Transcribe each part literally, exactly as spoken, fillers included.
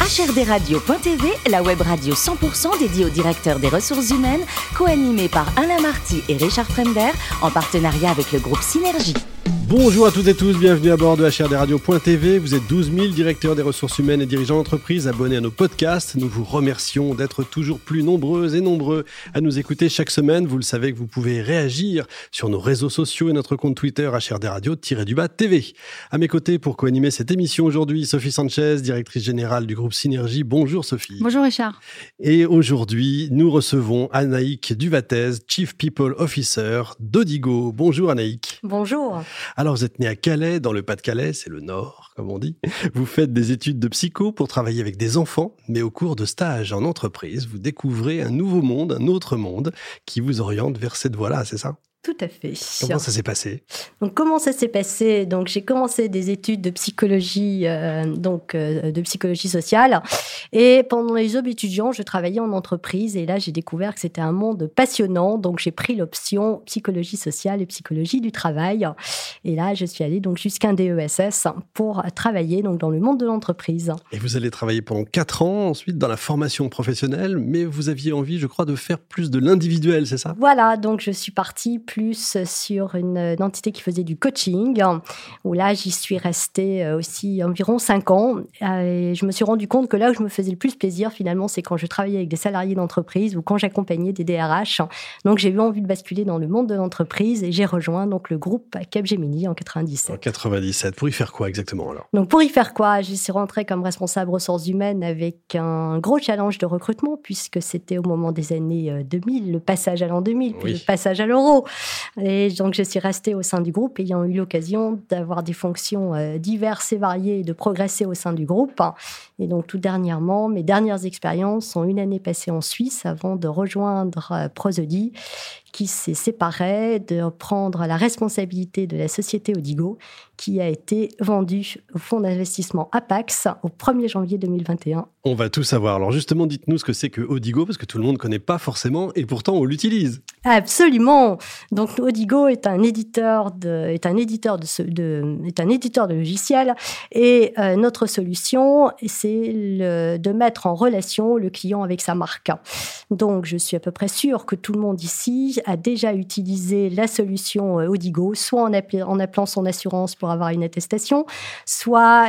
H R D radio point T V, la web radio cent pour cent dédiée aux directeurs des ressources humaines, co-animée par Alain Marty et Richard Fremder, en partenariat avec le groupe Synergie. Bonjour à toutes et tous, bienvenue à bord de H R D radio point T V. Vous êtes douze mille directeurs des ressources humaines et dirigeants d'entreprise abonnés à nos podcasts. Nous vous remercions d'être toujours plus nombreuses et nombreux à nous écouter chaque semaine. Vous le savez que vous pouvez réagir sur nos réseaux sociaux et notre compte Twitter H R D radio-du-bas T V. À mes côtés pour co-animer cette émission aujourd'hui, Sophie Sanchez, directrice générale du groupe Synergie. Bonjour Sophie. Bonjour Richard. Et aujourd'hui, nous recevons Anaïque Duvatez, Chief People Officer d'Odigo. Bonjour Anaïque. Bonjour. Alors, vous êtes né à Calais, dans le Pas-de-Calais, c'est le Nord, comme on dit. Vous faites des études de psycho pour travailler avec des enfants, mais au cours de stages en entreprise, vous découvrez un nouveau monde, un autre monde, qui vous oriente vers cette voie-là, c'est ça ? Tout à fait. Comment ça s'est passé ? Donc, comment ça s'est passé ? Donc, j'ai commencé des études de psychologie, euh, donc euh, de psychologie sociale. Et pendant les jobs étudiants, je travaillais en entreprise. Et là, j'ai découvert que c'était un monde passionnant. Donc, j'ai pris l'option psychologie sociale et psychologie du travail. Et là, je suis allée donc jusqu'à un D E S S pour travailler donc dans le monde de l'entreprise. Et vous allez travailler pendant quatre ans ensuite dans la formation professionnelle. Mais vous aviez envie, je crois, de faire plus de l'individuel, c'est ça ? Voilà. Donc, je suis partie plus sur une, une entité qui faisait du coaching, où là, j'y suis restée aussi environ cinq ans. Et je me suis rendu compte que là où je me faisais le plus plaisir, finalement, c'est quand je travaillais avec des salariés d'entreprise ou quand j'accompagnais des D R H. Donc, j'ai eu envie de basculer dans le monde de l'entreprise et j'ai rejoint donc, le groupe Capgemini en quatre-vingt-dix-sept. En quatre-vingt-dix-sept. Pour y faire quoi exactement alors ? Donc, pour y faire quoi ? Je suis rentrée comme responsable ressources humaines avec un gros challenge de recrutement puisque c'était au moment des années deux mille, le passage à l'an deux mille, puis oui. le passage à l'euro. Et donc, je suis restée au sein du groupe, ayant eu l'occasion d'avoir des fonctions euh, diverses et variées et de progresser au sein du groupe. Et donc, tout dernièrement, mes dernières expériences sont une année passée en Suisse avant de rejoindre euh, Prosody, qui s'est séparé, de prendre la responsabilité de la société Odigo, qui a été vendue au fonds d'investissement Apax au premier janvier deux mille vingt et un. On va tout savoir. Alors justement, dites-nous ce que c'est que Odigo, parce que tout le monde ne connaît pas forcément, et pourtant on l'utilise. Absolument. Donc Odigo est un éditeur de, est un éditeur de, de, est un éditeur de logiciels, et euh, notre solution, c'est le, de mettre en relation le client avec sa marque. Donc je suis à peu près sûre que tout le monde ici a déjà utilisé la solution Odigo, soit en, appel, en appelant son assurance pour avoir une attestation, soit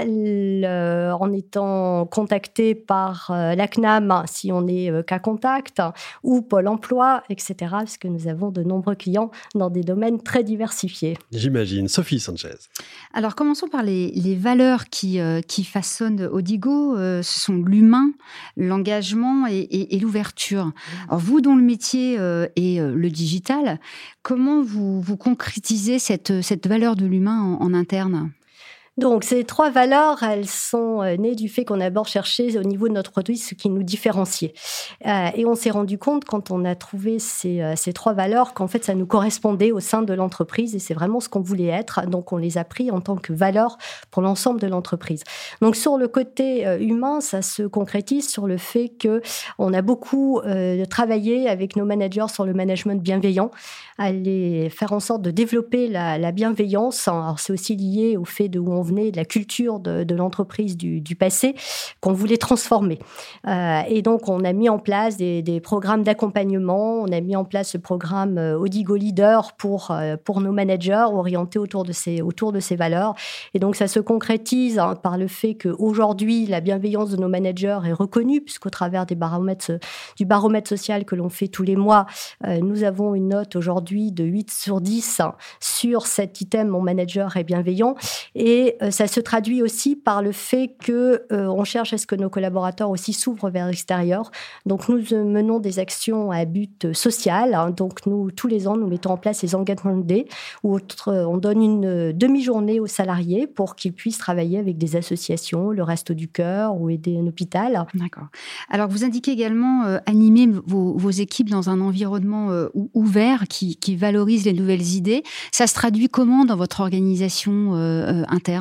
le, en étant contacté par euh, l'A C N A M si on est euh, cas contact, ou Pôle emploi, et cetera, parce que nous avons de nombreux clients dans des domaines très diversifiés. J'imagine. Sophie Sanchez. Alors, commençons par les, les valeurs qui, euh, qui façonnent Odigo. Euh, ce sont l'humain, l'engagement et, et, et l'ouverture. Alors, vous, dont le métier euh, est euh, le digital, comment vous, vous concrétisez cette, cette valeur de l'humain en, en interne ? Donc, ces trois valeurs, elles sont nées du fait qu'on a d'abord cherché au niveau de notre produit ce qui nous différenciait. Euh, et on s'est rendu compte, quand on a trouvé ces, ces trois valeurs, qu'en fait, ça nous correspondait au sein de l'entreprise et c'est vraiment ce qu'on voulait être. Donc, on les a pris en tant que valeurs pour l'ensemble de l'entreprise. Donc, sur le côté euh, humain, ça se concrétise sur le fait qu'on a beaucoup euh, travaillé avec nos managers sur le management bienveillant, à les faire en sorte de développer la, la bienveillance. Alors, c'est aussi lié au fait de où on venait, de la culture de, de l'entreprise du, du passé, qu'on voulait transformer. Euh, et donc, on a mis en place des, des programmes d'accompagnement, on a mis en place ce programme euh, Odigo Leader pour, euh, pour nos managers, orientés autour de, ces, autour de ces valeurs. Et donc, ça se concrétise hein, par le fait qu'aujourd'hui, la bienveillance de nos managers est reconnue, puisqu'au travers des baromètres, du baromètre social que l'on fait tous les mois, euh, nous avons une note aujourd'hui de huit sur dix sur cet item « Mon manager est bienveillant ». Et euh, ça se traduit aussi par le fait qu'on euh, cherche à ce que nos collaborateurs aussi s'ouvrent vers l'extérieur. Donc, nous euh, menons des actions à but social. Hein. Donc, nous, tous les ans, nous mettons en place les Engagement Day, où autre, on donne une euh, demi-journée aux salariés pour qu'ils puissent travailler avec des associations, le Resto du Cœur ou aider un hôpital. D'accord. Alors, vous indiquez également euh, animer vos, vos équipes dans un environnement euh, ouvert qui, qui valorise les nouvelles idées. Ça se traduit comment dans votre organisation euh, euh, interne ?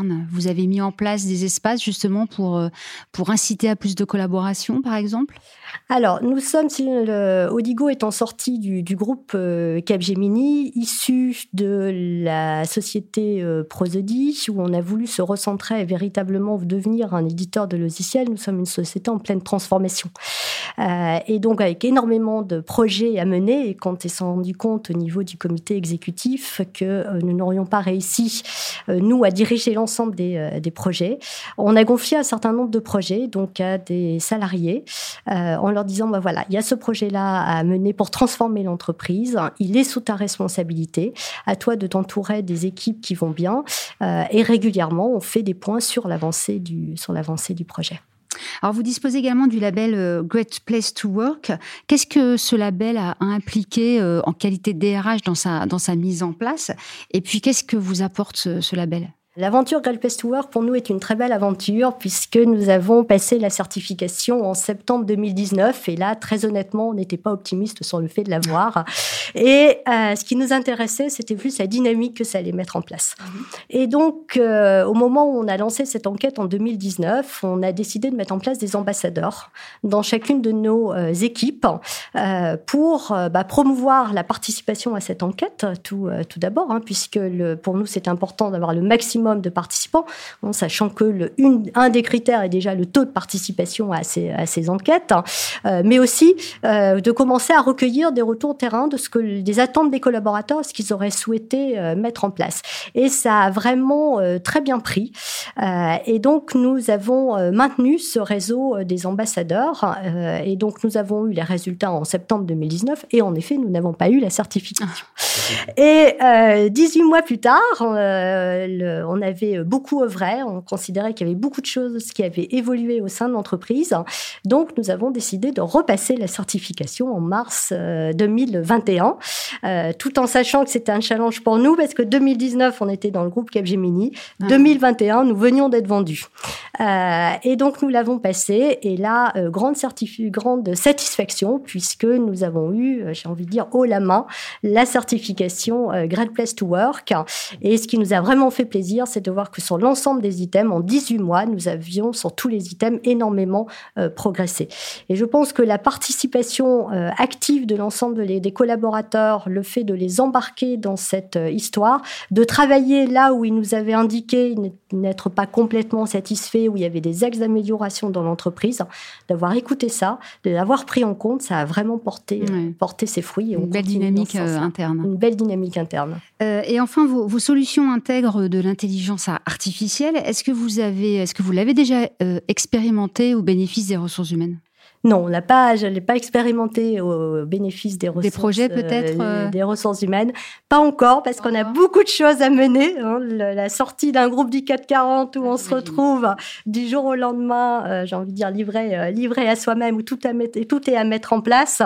interne. Vous avez mis en place des espaces justement pour, pour inciter à plus de collaboration, par exemple ? Alors, nous sommes, le, Odigo étant sorti du, du groupe euh, Capgemini, issu de la société euh, Prosody, où on a voulu se recentrer et véritablement devenir un éditeur de logiciels. Nous sommes une société en pleine transformation. Euh, et donc, avec énormément de projets à mener, et quand on s'est rendu compte au niveau du comité exécutif que euh, nous n'aurions pas réussi, euh, nous, à diriger l'ensemble des, euh, des projets, on a confié un certain nombre de projets donc à des salariés, euh, en leur disant, ben voilà, il y a ce projet-là à mener pour transformer l'entreprise, il est sous ta responsabilité, à toi de t'entourer des équipes qui vont bien, euh, et régulièrement, on fait des points sur l'avancée du, sur l'avancée du projet. Alors, vous disposez également du label Great Place to Work. Qu'est-ce que ce label a impliqué euh, en qualité de D R H dans sa, dans sa mise en place ? Et puis, qu'est-ce que vous apporte ce, ce label ? L'aventure Great Place to Work, pour nous, est une très belle aventure puisque nous avons passé la certification en septembre deux mille dix-neuf. Et là, très honnêtement, on n'était pas optimiste sur le fait de l'avoir. Et euh, ce qui nous intéressait, c'était plus la dynamique que ça allait mettre en place. Mmh. Et donc, euh, au moment où on a lancé cette enquête en deux mille dix-neuf, on a décidé de mettre en place des ambassadeurs dans chacune de nos euh, équipes euh, pour euh, bah, promouvoir la participation à cette enquête, tout, euh, tout d'abord, hein, puisque le, pour nous, c'est important d'avoir le maximum de participants, en sachant que le, une, un des critères est déjà le taux de participation à ces, à ces enquêtes, hein, euh, mais aussi euh, de commencer à recueillir des retours terrain de ce que, des attentes des collaborateurs, ce qu'ils auraient souhaité euh, mettre en place. Et ça a vraiment euh, très bien pris. Euh, et donc, nous avons euh, maintenu ce réseau euh, des ambassadeurs. Euh, et donc, nous avons eu les résultats en septembre deux mille dix-neuf. Et en effet, nous n'avons pas eu la certification. Ah. Et euh, dix-huit mois plus tard, euh, le, on avait beaucoup œuvré, on considérait qu'il y avait beaucoup de choses qui avaient évolué au sein de l'entreprise. Donc, nous avons décidé de repasser la certification en mars euh, deux mille vingt et un, euh, tout en sachant que c'était un challenge pour nous, parce que deux mille dix-neuf, on était dans le groupe Capgemini. Ah. deux mille vingt et un, nous venions d'être vendus. Euh, et donc, nous l'avons passé. Et là, euh, grande, certifi- grande satisfaction, puisque nous avons eu, j'ai envie de dire, haut la main, la certification euh, Great Place to Work. Et ce qui nous a vraiment fait plaisir, c'est de voir que sur l'ensemble des items, en dix-huit mois, nous avions, sur tous les items, énormément euh, progressé. Et je pense que la participation euh, active de l'ensemble des, des collaborateurs, le fait de les embarquer dans cette euh, histoire, de travailler là où ils nous avaient indiqué n'être pas complètement satisfaits, où il y avait des axes d'amélioration dans l'entreprise, d'avoir écouté ça, de l'avoir pris en compte, ça a vraiment porté, ouais. euh, porté ses fruits. Et Une belle dynamique euh, interne. Une belle dynamique interne. Euh, et enfin, vos, vos solutions intègrent de l'intelligence artificielle. Est-ce que vous avez, est-ce que vous l'avez déjà euh, expérimenté au bénéfice des ressources humaines ? Non, on l'a pas, je ne l'ai pas expérimenté au bénéfice des ressources, des projets peut-être euh, des ressources humaines. Pas encore, parce qu'on a beaucoup de choses à mener. Hein, le, la sortie d'un groupe du CAC quarante où on se retrouve du jour au lendemain, euh, j'ai envie de dire livré, euh, livré à soi-même, où tout, à mettre, tout est à mettre en place.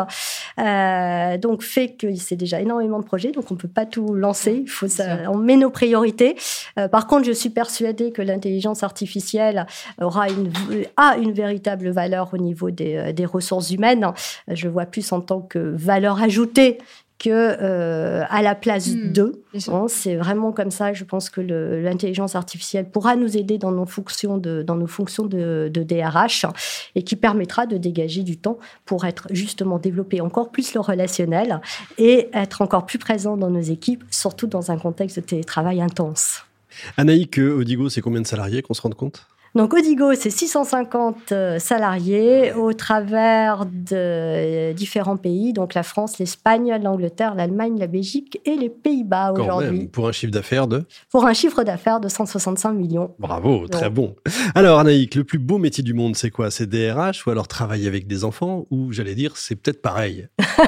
Euh, donc, fait que c'est déjà énormément de projets, donc on ne peut pas tout lancer. Il faut ça, on met nos priorités. Euh, par contre, je suis persuadée que l'intelligence artificielle aura une, a une véritable valeur au niveau des des ressources humaines. Je vois plus en tant que valeur ajoutée que euh, à la place mmh, d'eux. Hein, c'est vraiment comme ça. Je pense que le, l'intelligence artificielle pourra nous aider dans nos fonctions de, dans nos fonctions de, de D R H et qui permettra de dégager du temps pour être justement développer encore plus le relationnel et être encore plus présent dans nos équipes, surtout dans un contexte de télétravail intense. Anaïk, Odigo, c'est combien de salariés qu'on se rende compte ? Donc, Odigo, c'est six cent cinquante salariés au travers de différents pays, donc la France, l'Espagne, l'Angleterre, l'Allemagne, la Belgique et les Pays-Bas Quand aujourd'hui. Même, pour un chiffre d'affaires de ? Pour un chiffre d'affaires de cent soixante-cinq millions. Bravo, très bon. Alors, Anaïk, le plus beau métier du monde, c'est quoi ? C'est D R H ou alors travailler avec des enfants ? Ou, j'allais dire, c'est peut-être pareil.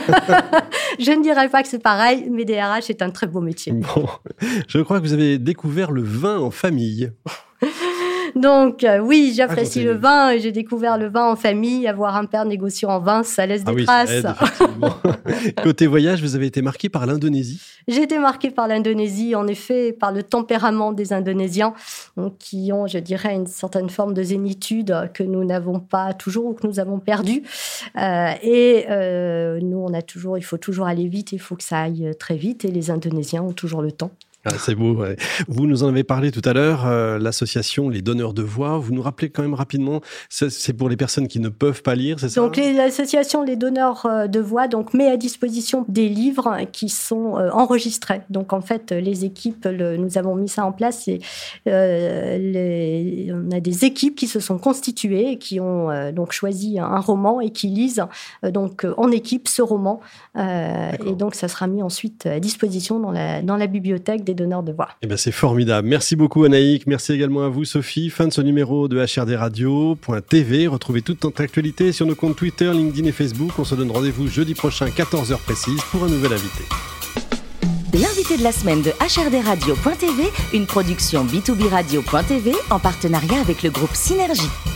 Je ne dirais pas que c'est pareil, mais D R H est un très beau métier. Bon, je crois que vous avez découvert le vin en famille. Donc, euh, oui, j'apprécie ah, le vin. J'ai découvert le vin en famille. Avoir un père négociant en vin, ça laisse ah des oui, traces. Ça aide, effectivement. Côté voyage, vous avez été marqué par l'Indonésie ? J'ai été marquée par l'Indonésie, en effet, par le tempérament des Indonésiens, donc, qui ont, je dirais, une certaine forme de zénitude que nous n'avons pas toujours ou que nous avons perdue. Euh, et euh, nous, on a toujours, il faut toujours aller vite, il faut que ça aille très vite. Et les Indonésiens ont toujours le temps. Ah, c'est beau. Ouais. Vous nous en avez parlé tout à l'heure, euh, l'association Les Donneurs de Voix. Vous nous rappelez quand même rapidement, c'est, c'est pour les personnes qui ne peuvent pas lire, c'est ça? Donc les, l'association Les Donneurs de Voix donc, met à disposition des livres qui sont euh, enregistrés. Donc en fait, les équipes, le, nous avons mis ça en place. Et, euh, les, on a des équipes qui se sont constituées et qui ont euh, donc choisi un, un roman et qui lisent euh, donc, en équipe ce roman. Euh, et donc ça sera mis ensuite à disposition dans la, dans la bibliothèque des Donneurs de Voix. Eh ben, c'est formidable. Merci beaucoup Anaïque. Merci également à vous Sophie. Fin de ce numéro de H R D radio point T V. Retrouvez toute notre actualité sur nos comptes Twitter, LinkedIn et Facebook. On se donne rendez-vous jeudi prochain, quatorze heures précise, pour un nouvel invité. L'invité de la semaine de H R D radio point T V, une production B deux B radio point T V en partenariat avec le groupe Synergie.